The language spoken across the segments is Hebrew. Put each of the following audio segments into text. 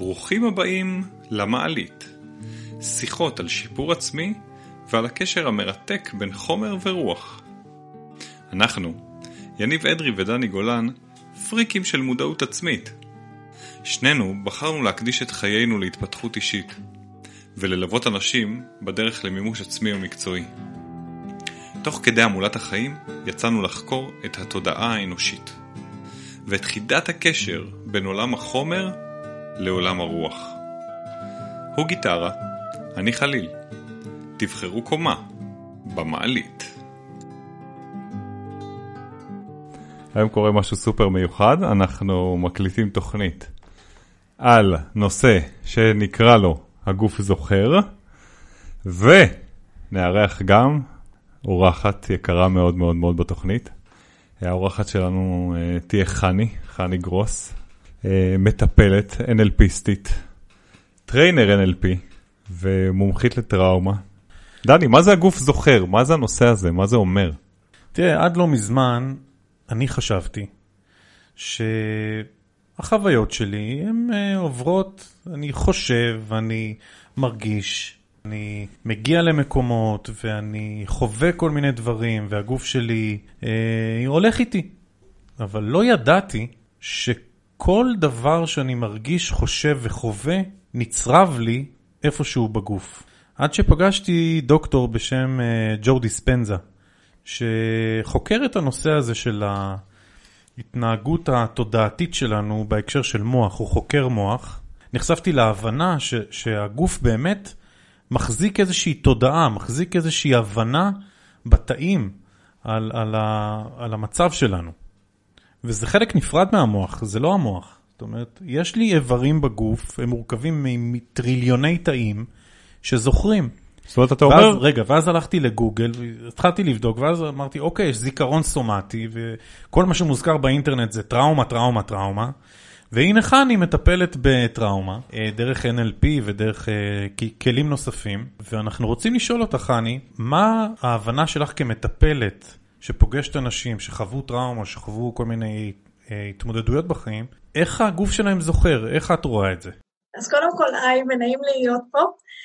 ברוכים הבאים למעלית. שיחות על שיפור עצמי ועל הקשר המרתק בין חומר ורוח. אנחנו, יניב אדרי ודני גולן, פריקים של מודעות עצמית. שנינו בחרנו להקדיש את חיינו להתפתחות אישית, וללוות אנשים בדרך למימוש עצמי ומקצועי. תוך כדי עמולת החיים יצאנו לחקור את התודעה האנושית, ואת חידת הקשר בין עולם החומר לעולם הרוח. הוא גיטרה, אני חליל. תבחרו קומה במעלית. היום קורה משהו סופר מיוחד, אנחנו מקליטים תוכנית על נושא שנקרא לו הגוף זוכר, ונארח גם אורחת יקרה מאוד מאוד מאוד בתוכנית. האורחת שלנו תהיה חני גרוס, מטפלת NLPיסטית, טריינר NLP ומומחית לטראומה. דני, מה זה הגוף זוכר? מה זה הנושא הזה? מה זה אומר? תראה, עד לא מזמן אני חשבתי שהחוויות שלי הן עוברות, אני חושב, אני מרגיש, אני מגיע למקומות ואני חווה כל מיני דברים והגוף שלי הולך איתי. אבל לא ידעתי שכל דבר שאני מרגיש, חושב וחווה נצרב לי איפשהו בגוף. עד שפגשתי דוקטור בשם ג'ו דיספנזה, שחוקר את הנושא הזה של ההתנהגות התודעתית שלנו בהקשר של מוח. הוא חוקר מוח. נחשפתי להבנה שהגוף באמת מחזיק איזושהי תודעה, מחזיק איזושהי הבנה בתאים על המצב שלנו. וזה חלק נפרד מהמוח, זה לא המוח. זאת אומרת, יש לי איברים בגוף, הם מורכבים מטריליוני תאים שזוכרים. זאת אומרת, אתה אומר... רגע, ואז הלכתי לגוגל, התחלתי לבדוק, ואז אמרתי, אוקיי, יש זיכרון סומטי, וכל מה שמוזכר באינטרנט זה טראומה, טראומה, טראומה. והנה חני מטפלת בטראומה, דרך NLP ודרך כלים נוספים, ואנחנו רוצים לשאול אותך, חני, מה ההבנה שלך כמטפלת שפוגשת אנשים שחוו טראומה, שחוו כל מיני התמודדויות בחיים, איך הגוף שלהם זוכר? איך את רואה את זה? אז קודם כל, ונעים להיות פה,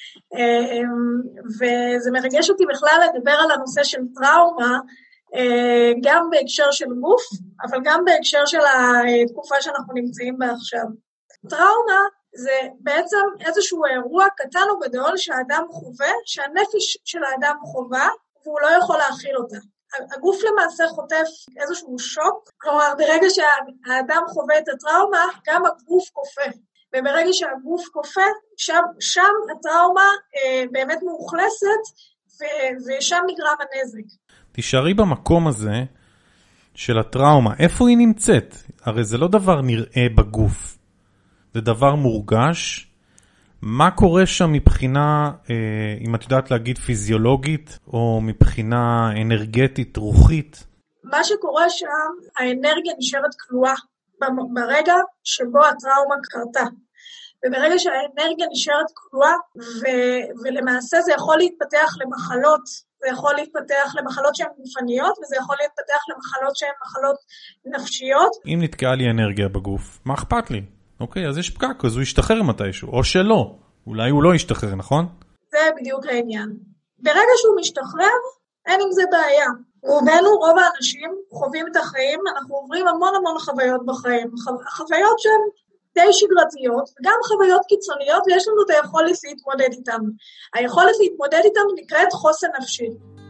וזה מרגש אותי בכלל לדבר על הנושא של טראומה, גם בהקשר של גוף, אבל גם בהקשר של התקופה שאנחנו נמצאים בה עכשיו. טראומה זה בעצם איזשהו אירוע קטן או גדול שהאדם חווה, שהנפש של האדם חווה, והוא לא יכול להכיל אותה. הגוף למעשה חוטף איזשהו שוק, כלומר ברגע שהאדם חווה את הטראומה, גם הגוף קופא. וברגע שהגוף קופא, שם הטראומה באמת מאוכלסת, ושם נגרם הנזק. תישארי במקום הזה של הטראומה, איפה היא נמצאת? הרי זה לא דבר נראה בגוף, זה דבר מורגש. מה קורה שם מבחינה, אם את יודעת להגיד פיזיולוגית, או מבחינה אנרגטית, רוחית? מה שקורה שם, האנרגיה נשארת כלואה ברגע שבו הטראומה קרתה. וברגע שהאנרגיה נשארת כלואה, ולמעשה זה יכול להתפתח למחלות, זה יכול להתפתח למחלות שהן גופניות, וזה יכול להתפתח למחלות שהן מחלות נפשיות. אם נתקעה לי אנרגיה בגוף, מה אכפת לי? אוקיי, אז יש פקק, אז הוא ישתחרר מתישהו, או שלא. אולי הוא לא ישתחרר, נכון? זה בדיוק העניין. ברגע שהוא משתחרר, אין עם זה בעיה. רוב האנשים חווים את החיים, אנחנו עוברים המון חוויות בחיים. חוויות שהן די שגרתיות, וגם חוויות קיצוניות, ויש לנו את היכולת להתמודד איתן. היכולת להתמודד איתן נקראת חוסן נפשי.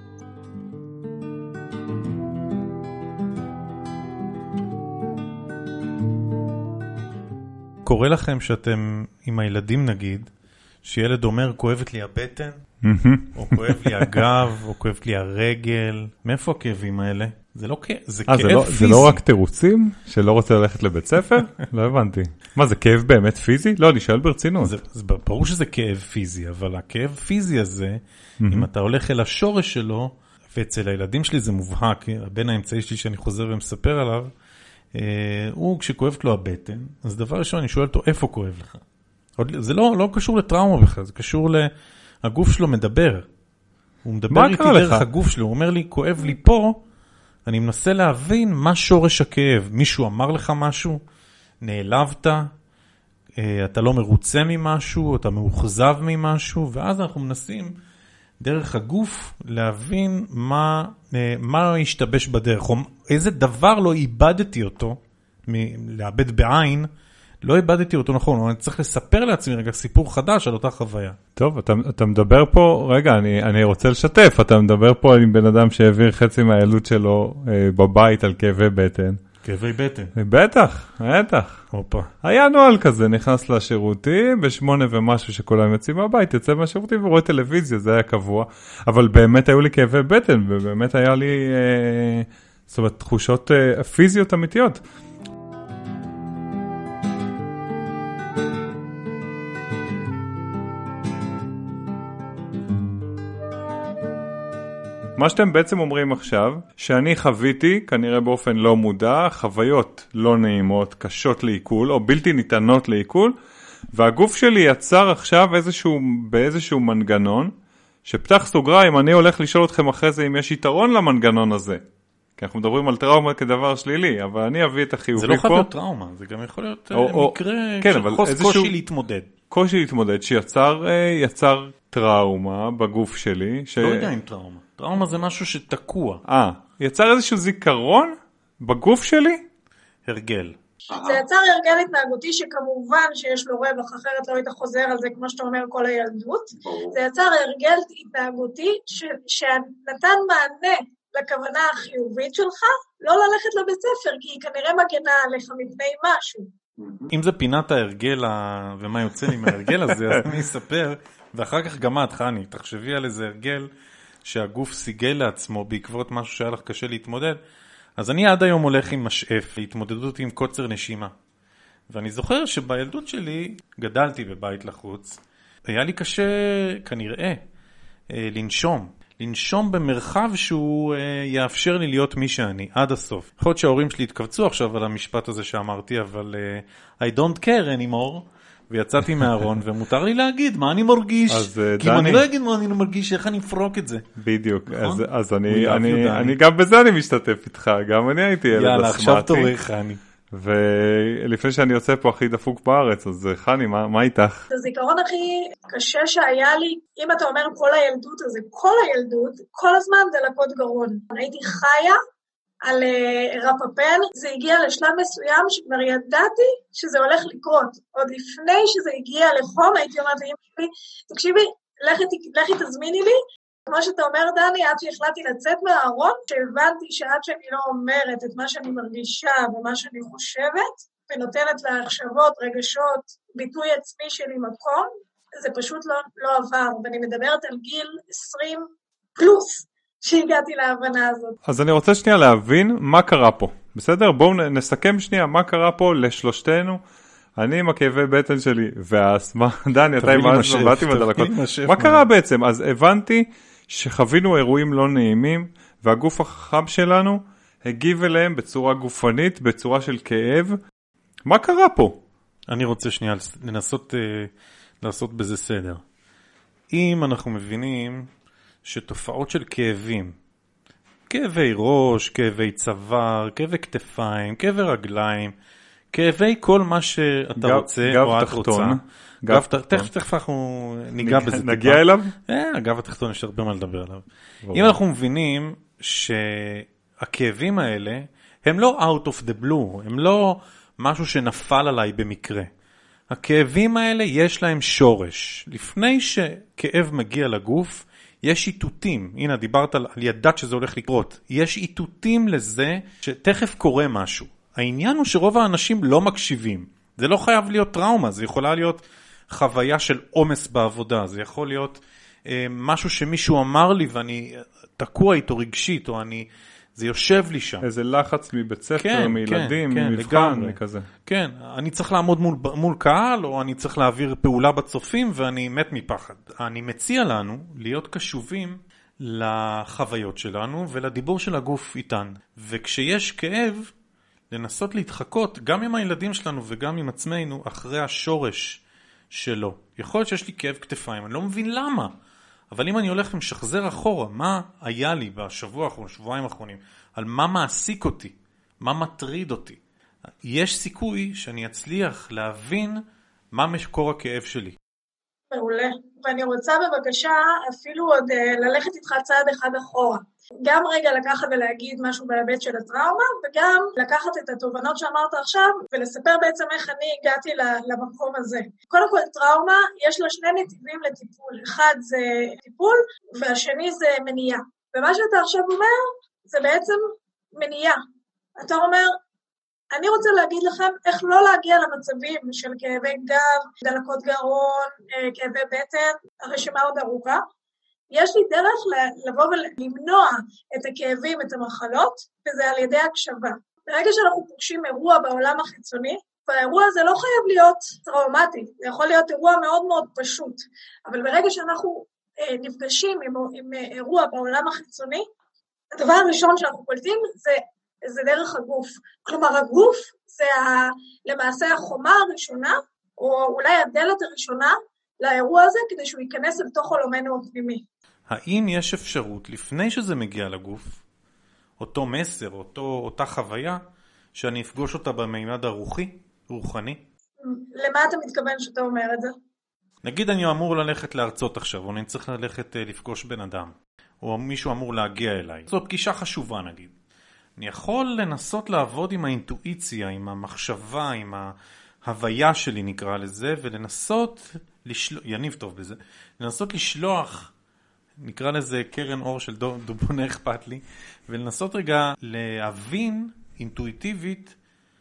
קורה לכם שאתם עם הילדים נגיד, שילד אומר כואבת לי הבטן, או כואב לי הגב, או כואבת לי הרגל. מאיפה הכאבים האלה? זה לא כאב, זה כאב פיזי. זה לא רק תירוצים שלא רוצה ללכת לבית ספר? לא הבנתי. מה, זה כאב באמת פיזי? לא, אני שואל ברצינות. ברור שזה כאב פיזי, אבל הכאב פיזי הזה, אם אתה הולך אל השורש שלו, ואצל הילדים שלי זה מובהק, הבן האמצעי שלי שאני חוזר ומספר עליו, הוא כשכואבת לו הבטן, אז דבר ראשון אני שואל אותו, איפה כואב לך? זה לא קשור לטראומה בכלל, זה קשור הגוף שלו מדבר. הוא מדבר איתי דרך הגוף שלו, הוא אומר לי, כואב לי פה, אני מנסה להבין מה שורש הכאב. מישהו אמר לך משהו? נעלבת? אתה לא מרוצה ממשהו, אתה מאוכזב ממשהו, ואז אנחנו מנסים דרך הגוף להבין מה ישתבש בדרך, או איזה דבר לא איבדתי אותו, לאבד בעין, לא איבדתי אותו נכון, או אני צריך לספר לעצמי רגע סיפור חדש על אותה חוויה. טוב, אתה מדבר פה, רגע, אני רוצה לשתף, אתה מדבר פה עם בן אדם שהעביר חצי מהילדות שלו בבית על כאבי בטן. כאבי בטן. בטח, בטח. אופה. היה נועל כזה, נכנס לשירותים, ב8 ומשהו שכולם יוצאים מהבית, יוצא מהשירותים ורואה טלוויזיה, זה היה קבוע. אבל באמת היו לי כאבי בטן, ובאמת היה לי, זאת אומרת, תחושות פיזיות אמיתיות. מה שאתם בעצם אומרים עכשיו, שאני חוויתי, כנראה באופן לא מודע, חוויות לא נעימות, קשות לעיכול, או בלתי ניתנות לעיכול, והגוף שלי יצר עכשיו באיזשהו מנגנון, שפתח סוגריים, אני הולך לשאול אתכם אחרי זה אם יש יתרון למנגנון הזה. כי אנחנו מדברים על טראומה כדבר שלילי, אבל אני אביא את החיובי פה. זה לא חייב להיות טראומה, זה גם יכול להיות מקרה של קושי להתמודד. קושי להתמודד שיצר טראומה בגוף שלי. לא יודע אם טראומה. טראומה זה משהו שתקוע. יצר איזשהו זיכרון בגוף שלי? הרגל. זה יצר הרגל התנהגותי שכמובן שיש לו רווח, אחרת לא היית חוזר על זה כמו שאתה אומר כל הילדות. זה יצר הרגל התנהגותי שנתן מענה לכוונה החיובית שלך, לא ללכת לבית ספר, כי היא כנראה מגנה עליך מפני משהו. אם זה פינת ההרגל ומה יוצא לי מההרגל הזה, אז אני אספר, ואחר כך גם את, חני, תחשבי על איזה הרגל שהגוף סיגל לעצמו בעקבות משהו שהיה לך קשה להתמודד. אז אני עד היום הולך עם משאף, להתמודדות עם קוצר נשימה. ואני זוכר שבילדות שלי גדלתי בבית לחוץ, היה לי קשה כנראה לנשום במרחב שהוא יאפשר לי להיות מי שאני, עד הסוף. יכול להיות שההורים שלי התכווצו עכשיו על המשפט הזה שאמרתי, אבל I don't care anymore, ויצאתי מהארון, ומותר לי להגיד מה אני מרגיש. כי אם אני לא אגיד מה אני מרגיש, איך אני אפרוק את זה? בדיוק, אז אני גם בזה אני משתתף איתך, גם אני הייתי ילד אסמאטי. יאללה, עכשיו תורך, חני. ולפני שאני יוצא פה הכי דפוק בארץ, אז חני, מה איתך? הזיכרון הכי קשה שהיה לי, אם אתה אומר כל הילדות, אז כל הילדות, כל הזמן דלקות גרון. הייתי חיה על רפפל, זה הגיע לשלב מסוים שכבר ידעתי שזה הולך לקרות. עוד לפני שזה הגיע לחום, הייתי אומרת לאמא שלי, תקשיבי, לכי תזמיני לי. כמו שאתה אומר, דני, עד שהחלטתי לצאת מהארון, שהבנתי שעד שאני לא אומרת את מה שאני מרגישה ומה שאני חושבת, ונותנת להחשבות, רגשות, ביטוי עצמי שלי מקום, זה פשוט לא עבר. ואני מדברת על גיל 20 פלוס שהגעתי להבנה הזאת. אז אני רוצה שנייה להבין מה קרה פה. בסדר? בואו נסכם שנייה מה קרה פה לשלושתנו. אני עם הכאבי בטן שלי והאסמה. דני, אתה עם האסמה, באתי בדלקות. מה קרה בעצם? אז הבנתי שחווינו אירועים לא נעימים, והגוף החכם שלנו הגיב אליהם בצורה גופנית, בצורה של כאב. מה קרה פה? אני רוצה שנייה לנסות לעשות בזה סדר. אם אנחנו מבינים שתופעות של כאבים, כאבי ראש, כאבי צוואר, כאבי כתפיים, כאבי רגליים, כאבי כל מה שאתה רוצה או את רוצה. תכף אנחנו ניגע בזה. נגיע אליו? הגב התחתון יש הרבה מה לדבר עליו. אם אנחנו מבינים שהכאבים האלה הם לא out of the blue, הם לא משהו שנפל עליי במקרה. הכאבים האלה יש להם שורש. לפני שכאב מגיע לגוף, יש איתותים. הנה, דיברת על ידעת שזה הולך לקרות. יש איתותים לזה שתכף קורה משהו. העניין הוא שרוב האנשים לא מקשיבים. זה לא חייב להיות טראומה, זה יכולה להיות חוויה של עומס בעבודה, זה יכול להיות משהו שמישהו אמר לי ואני תקוע איתו רגשית, או זה יושב לי שם. איזה לחץ מבית ספר, מילדים, ממבחן, מכזה. כן, אני צריך לעמוד מול קהל, או אני צריך להעביר פעולה בצופים, ואני מת מפחד. אני מציע לנו להיות קשובים לחוויות שלנו, ולדיבור של הגוף איתן. וכשיש כאב, לנסות להתחקות, גם עם הילדים שלנו וגם עם עצמנו, אחרי השורש שלו. יכול להיות שיש לי כאב כתפיים, אני לא מבין למה. אבל אם אני הולך ומשחזר אחורה, מה היה לי בשבוע האחרון, שבועיים האחרונים, על מה מעסיק אותי, מה מטריד אותי, יש סיכוי שאני אצליח להבין מה מקור הכאב שלי? מעולה. ואני רוצה בבקשה אפילו עוד ללכת איתך צעד אחד אחורה. גם רגע לקחת ולהגיד משהו בהיבט של הטראומה, וגם לקחת את התובנות שאמרת עכשיו, ולספר בעצם איך אני הגעתי למקום הזה. קודם כל, טראומה, יש לה שני נתיבים לטיפול. אחד זה טיפול, והשני זה מניעה. ומה שאתה עכשיו אומר, זה בעצם מניעה. אתה אומר, אני רוצה להגיד לכם איך לא להגיע למצבים של כאבי גב, דלקות גרון, כאבי בטן, הרשימה עוד ארוכה. יש לי דרך לבוא ולמנוע את הכאבים, את המחלות, וזה על ידי הקשבה. ברגע שאנחנו פוגשים אירוע בעולם החיצוני, והאירוע הזה לא חייב להיות טראומטי, זה יכול להיות אירוע מאוד מאוד פשוט, אבל ברגע שאנחנו נפגשים עם אירוע בעולם החיצוני, הדבר הראשון שאנחנו קולטים זה דרך הגוף. כלומר, הגוף זה למעשה החומה הראשונה, או אולי הדלת הראשונה לאירוע הזה, כדי שהוא ייכנס אל תוך עולמנו הפנימי. האם יש אפשרות, לפני שזה מגיע לגוף, אותו מסר, אותה חוויה, שאני אפגוש אותה במימד רוחני? למה אתה מתכוון שאתה אומר את זה? נגיד אני אמור ללכת לארצות עכשיו, או אני צריך ללכת לפגוש בן אדם, או מישהו אמור להגיע אליי. זו פגישה חשובה נגיד. אני יכול לנסות לעבוד עם האינטואיציה, עם המחשבה, עם ההוויה שלי נקרא לזה, ולנסות, יניב טוב בזה, לנסות לשלוח, נקרא לזה קרן אור של דובונה אכפת לי, ולנסות רגע להבין אינטואיטיבית,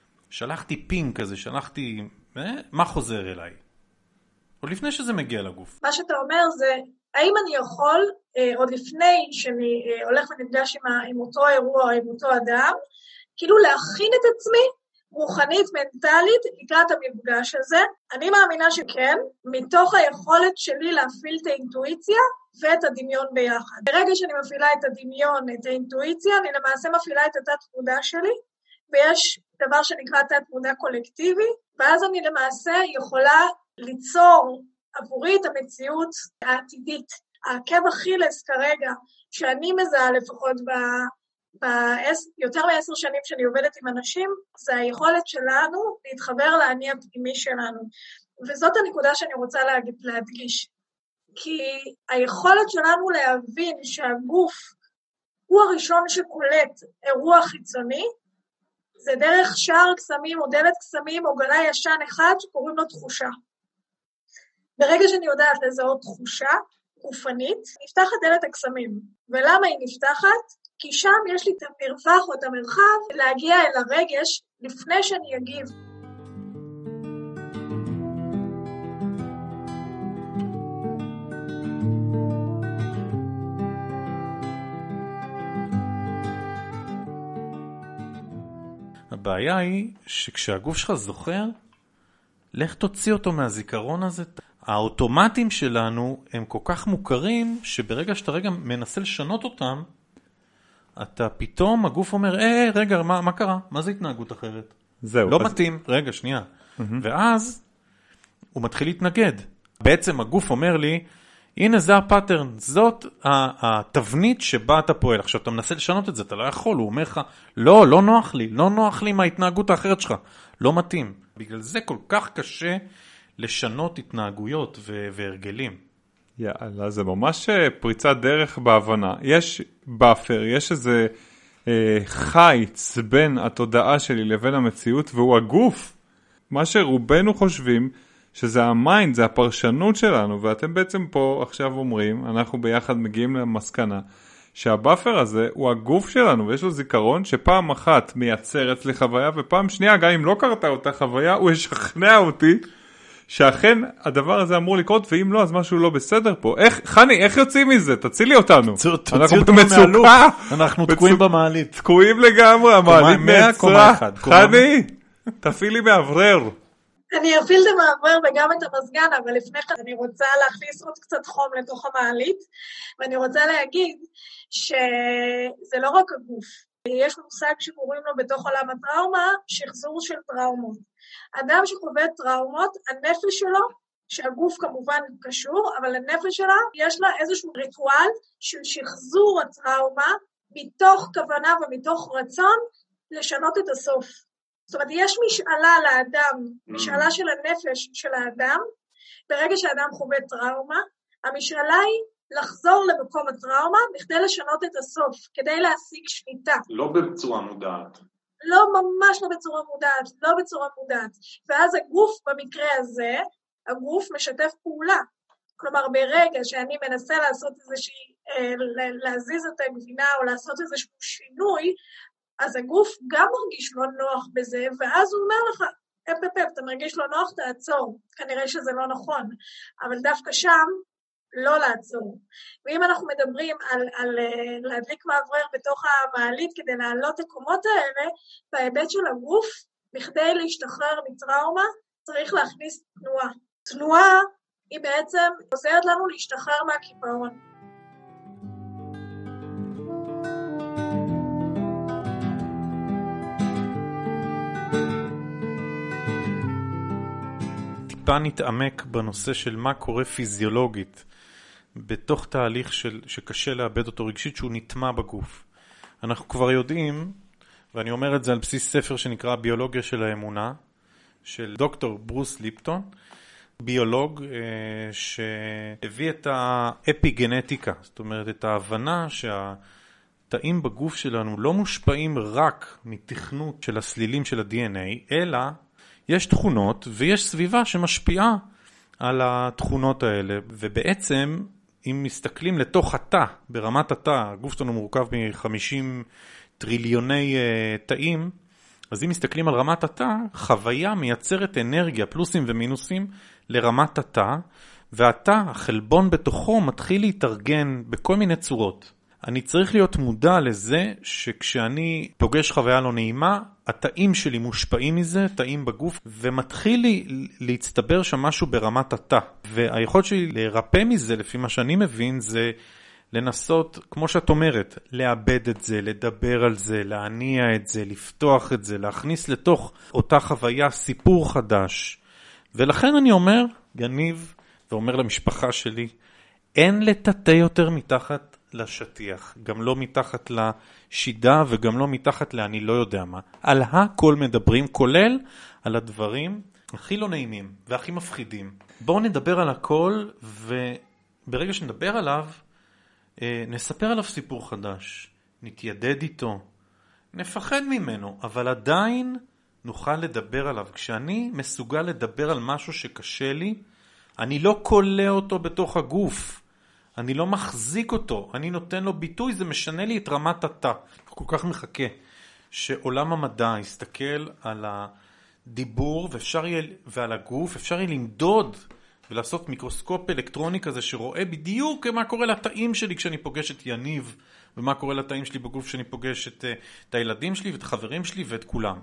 שלחתי פינק כזה, שלחתי, מה חוזר אליי? או לפני שזה מגיע לגוף. מה שאתה אומר זה, האם אני יכול, עוד לפני שאני הולך ונפגש עם אותו אירוע, עם אותו אדם, כאילו להכין את עצמי, רוחנית, מנטלית, לקראת המפגש הזה? אני מאמינה שכן, מתוך היכולת שלי להפעיל את האינטואיציה ואת הדמיון ביחד. ברגע שאני מפעילה את הדמיון, את האינטואיציה, אני למעשה מפעילה את התת מודע שלי, ויש דבר שנקרא תת מודע קולקטיבי, ואז אני למעשה יכולה ליצור עבורי את המציאות העתידית. העקב אכילס כרגע, שאני מזהה לפחות יותר מ10 שנים שאני עובדת עם אנשים, זה היכולת שלנו להתחבר לעני הפנימי שלנו. וזאת הנקודה שאני רוצה להדגיש. כי היכולת שלנו להבין שהגוף הוא הראשון שקולט אירוע חיצוני, זה דרך שער קסמים או דלת קסמים או גלי ישן אחד שקוראים לו תחושה. ברגע שאני יודעת לזהות תחושה גופנית, נפתחת דלת הקסמים. ולמה היא נפתחת? כי שם יש לי את המרווח או את המרחב להגיע אל הרגש לפני שאני אגיב. הבעיה היא שכשהגוף שלך זוכר, לך תוציא אותו מהזיכרון הזה. האוטומטים שלנו הם כל כך מוכרים, שברגע שאתה רגע מנסה לשנות אותם, אתה פתאום, הגוף אומר, רגע, מה קרה? מה זה התנהגות אחרת? זהו. לא מתאים, רגע, שנייה. ואז הוא מתחיל להתנגד. בעצם הגוף אומר לי, הנה זה הפאטרן, זאת התבנית שבה אתה פועל. עכשיו אתה מנסה לשנות את זה, אתה לא יכול, הוא אומר לך, לא נוח לי מההתנהגות האחרת שלך, לא מתאים. בגלל זה כל כך קשה לשנות התנהגויות והרגלים. יאללה, זה ממש פריצת דרך בהבנה. יש באפר, יש איזה חיץ בין התודעה שלי לבין המציאות, והוא הגוף. מה שרובנו חושבים, שזה המיינד, זה הפרשנות שלנו, ואתם בעצם פה עכשיו אומרים, אנחנו ביחד מגיעים למסקנה, שהבאפר הזה הוא הגוף שלנו, ויש לו זיכרון שפעם אחת מייצר אצלי חוויה, ופעם שנייה, גם אם לא קרתה אותה חוויה, הוא ישכנע אותי, שאכן הדבר הזה אמור לקרות, ואם לא, אז משהו לא בסדר פה. חני, איך יוצאים מזה? תצילי אותנו. תוציא אותנו מהלוק. אנחנו תקועים במעלית. תקועים לגמרי, המעלית נעצרה. חני, תפעילי מאוורר. אני אפעיל את המעבר וגם את המזגן, אבל לפני כן אני רוצה להכניס עוד קצת חום לתוך המעלית, ואני רוצה להגיד שזה לא רק הגוף. יש מושג שקוראים לו בתוך עולם הטראומה, שחזור של טראומות. אדם שחווה טראומות, הנפש שלו, שהגוף כמובן קשור, אבל הנפש שלה, יש לה איזשהו ריטואל של שחזור הטראומה, מתוך כוונה ומתוך רצון לשנות את הסוף. זאת אומרת, יש משאלה לאדם, משאלה של הנפש של האדם, ברגע שהאדם חווה טראומה, המשאלה היא לחזור למקום הטראומה, בכדי לשנות את הסוף, כדי להשיג שליטה. לא בצורה מודעת. לא, ממש לא בצורה מודעת, לא בצורה מודעת. ואז הגוף במקרה הזה, הגוף משתף פעולה. כלומר, ברגע שאני מנסה לעשות איזושהי, להזיז את הגבינה או לעשות איזשהו שינוי, אז הגוף גם מרגיש לא נוח בזה, ואז הוא אומר לך, אתה מרגיש לא נוח, תעצור. כנראה שזה לא נכון, אבל דווקא שם, לא לעצור. ואם אנחנו מדברים על להדליק מאוורר בתוך המעלית כדי לעלות את הקומות האלה, בהיבט של הגוף, בכדי להשתחרר מטראומה, צריך להכניס תנועה. תנועה היא בעצם עוזרת לנו להשתחרר מהקיפאון. טיפה נתעמק בנושא של מה קורה פיזיולוגית בתוך תהליך שקשה לאבד אותו רגשית, שהוא נטמע בגוף. אנחנו כבר יודעים, ואני אומר את זה על בסיס ספר שנקרא ביולוגיה של האמונה, של דוקטור ברוס ליפטון, ביולוג שהביא את האפיגנטיקה, זאת אומרת את ההבנה שהתאים בגוף שלנו לא מושפעים רק מתכנות של הסלילים של ה-DNA, אלא יש תכונות ויש סביבה שמשפיעה על התכונות האלה, ובעצם אם מסתכלים לתוך התא, ברמת התא, הגוף שלנו מורכב מ-50 טריליוני תאים, אז אם מסתכלים על רמת התא, חוויה מייצרת אנרגיה, פלוסים ומינוסים, לרמת התא, והתא, החלבון בתוכו, מתחיל להתארגן בכל מיני צורות. אני צריך להיות מודע לזה שכשאני פוגש חוויה לא נעימה, התאים שלי מושפעים מזה, תאים בגוף, ומתחיל להצטבר שם משהו ברמת התא. והיכולת שלי לרפא מזה, לפי מה שאני מבין, זה לנסות, כמו שאת אומרת, לאבד את זה, לדבר על זה, להניע את זה, לפתוח את זה, להכניס לתוך אותה חוויה סיפור חדש. ולכן אני אומר, יניב, ואומר למשפחה שלי, אין לטאטא יותר מתחת לשטיח, גם לא מתחת לשידה וגם לא מתחת לאני לא יודע מה. על הכל מדברים, כולל על הדברים הכי לא נעימים והכי מפחידים. בואו נדבר על הכל, וברגע שנדבר עליו, נספר עליו סיפור חדש, נתיידד איתו, נפחד ממנו, אבל עדיין נוכל לדבר עליו. כשאני מסוגל לדבר על משהו שקשה לי, אני לא קולה אותו בתוך הגוף, אני לא מחזיק אותו, אני נותן לו ביטוי, זה משנה לי את רמת התא. כל כך מחכה שעולם המדע יסתכל על הדיבור ועל הגוף, אפשר יהיה למדוד ולעשות מיקרוסקופ אלקטרוני כזה שרואה בדיוק מה קורה לתאים שלי כשאני פוגש את יניב, ומה קורה לתאים שלי בגוף כשאני פוגש את הילדים שלי ואת החברים שלי ואת כולם.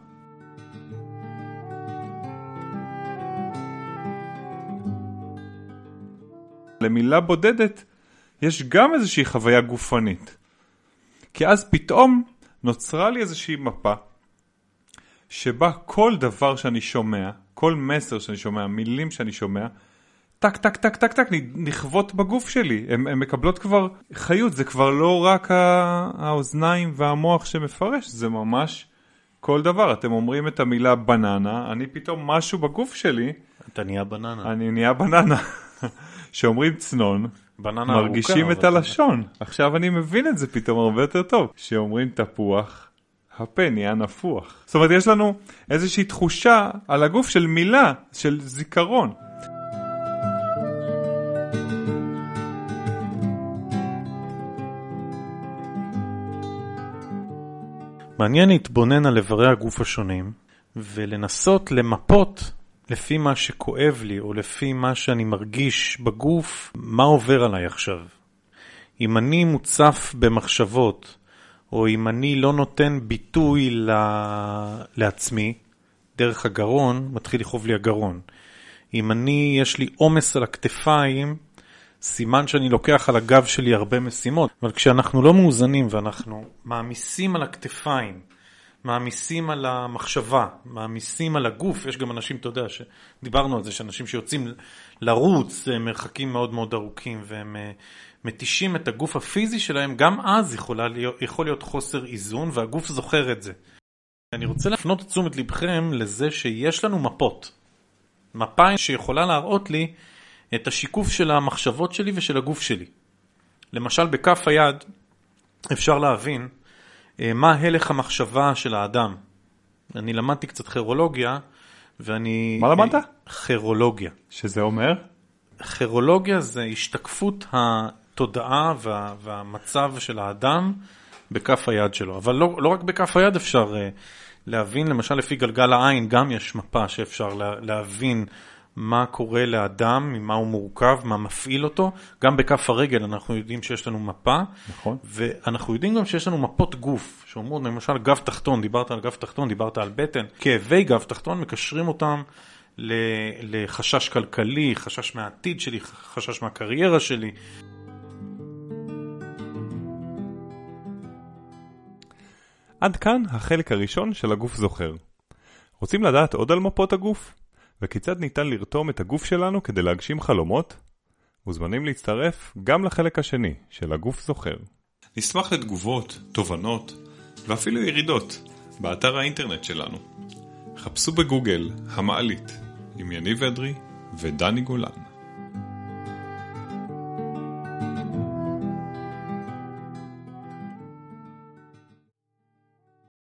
למילה בודדת יש גם איזושהי חוויה גופנית. כי אז פתאום נוצרה לי איזושהי מפה שבה כל דבר שאני שומע, כל מסר שאני שומע, מילים שאני שומע, טק טק טק טק טק נכוות בגוף שלי. הן מקבלות כבר חיות, זה כבר לא רק האוזניים והמוח שמפרש, זה ממש כל דבר. אתם אומרים את המילה בננה, אני פתאום משהו בגוף שלי, אתה נהיה בננה. אני נהיה בננה. שאומרים צנון, מרגישים את הלשון. עכשיו אני מבין את זה פתאום הרבה יותר טוב. שאומרים תפוח, הפה נהיה נפוח. זאת אומרת, יש לנו איזושהי תחושה על הגוף של מילה, של זיכרון. מעניין להתבונן על איברי הגוף השונים, ולנסות למפות לפי מה שכואב לי, או לפי מה שאני מרגיש בגוף, מה עובר עליי עכשיו. אם אני מוצף במחשבות, או אם אני לא נותן ביטוי לעצמי, דרך הגרון, מתחיל לכאוב לי הגרון. אם יש לי עומס על הכתפיים, סימן שאני לוקח על הגב שלי הרבה משימות. אבל כשאנחנו לא מאוזנים ואנחנו מעמיסים על הכתפיים, מעמיסים על המחשבה, מעמיסים על הגוף, יש גם אנשים, אתה יודע, שדיברנו על זה, שאנשים שיוצאים לרוץ מרחקים מאוד מאוד ארוכים, והם מתישים את הגוף הפיזי שלהם, גם אז יכול להיות חוסר איזון, והגוף זוכר את זה. אני רוצה להפנות את תשומת לבכם לזה שיש לנו מפות. מפה שיכולה להראות לי את השיקוף של המחשבות שלי ושל הגוף שלי. למשל, בכף היד אפשר להבין מה הלך המחשבה של האדם. אני למדתי קצת כירולוגיה, ואני... מה למדת? כירולוגיה. שזה אומר? כירולוגיה זה השתקפות התודעה והמצב של האדם בכף היד שלו. אבל לא רק בכף היד אפשר להבין, למשל לפי גלגל העין גם יש מפה שאפשר להבין מה קורה לאדם, ממה הוא מורכב, מה מפעיל אותו. גם בכף הרגל אנחנו יודעים שיש לנו מפה. נכון. ואנחנו יודעים גם שיש לנו מפות גוף, שאומרות למשל גב תחתון, דיברת על גב תחתון, דיברת על בטן. כאבי גב תחתון מקשרים אותם לחשש כלכלי, חשש מהעתיד שלי, חשש מהקריירה שלי. עד כאן החלק הראשון של הגוף זוכר. רוצים לדעת עוד על מפות הגוף? וכיצד ניתן לרתום את הגוף שלנו כדי להגשים חלומות? מוזמנים להצטרף גם לחלק השני של הגוף זוכר. נשמח לתגובות, תובנות ואפילו ירידות באתר האינטרנט שלנו. חפשו בגוגל המעלית עם יניב אדרי ודני גולן.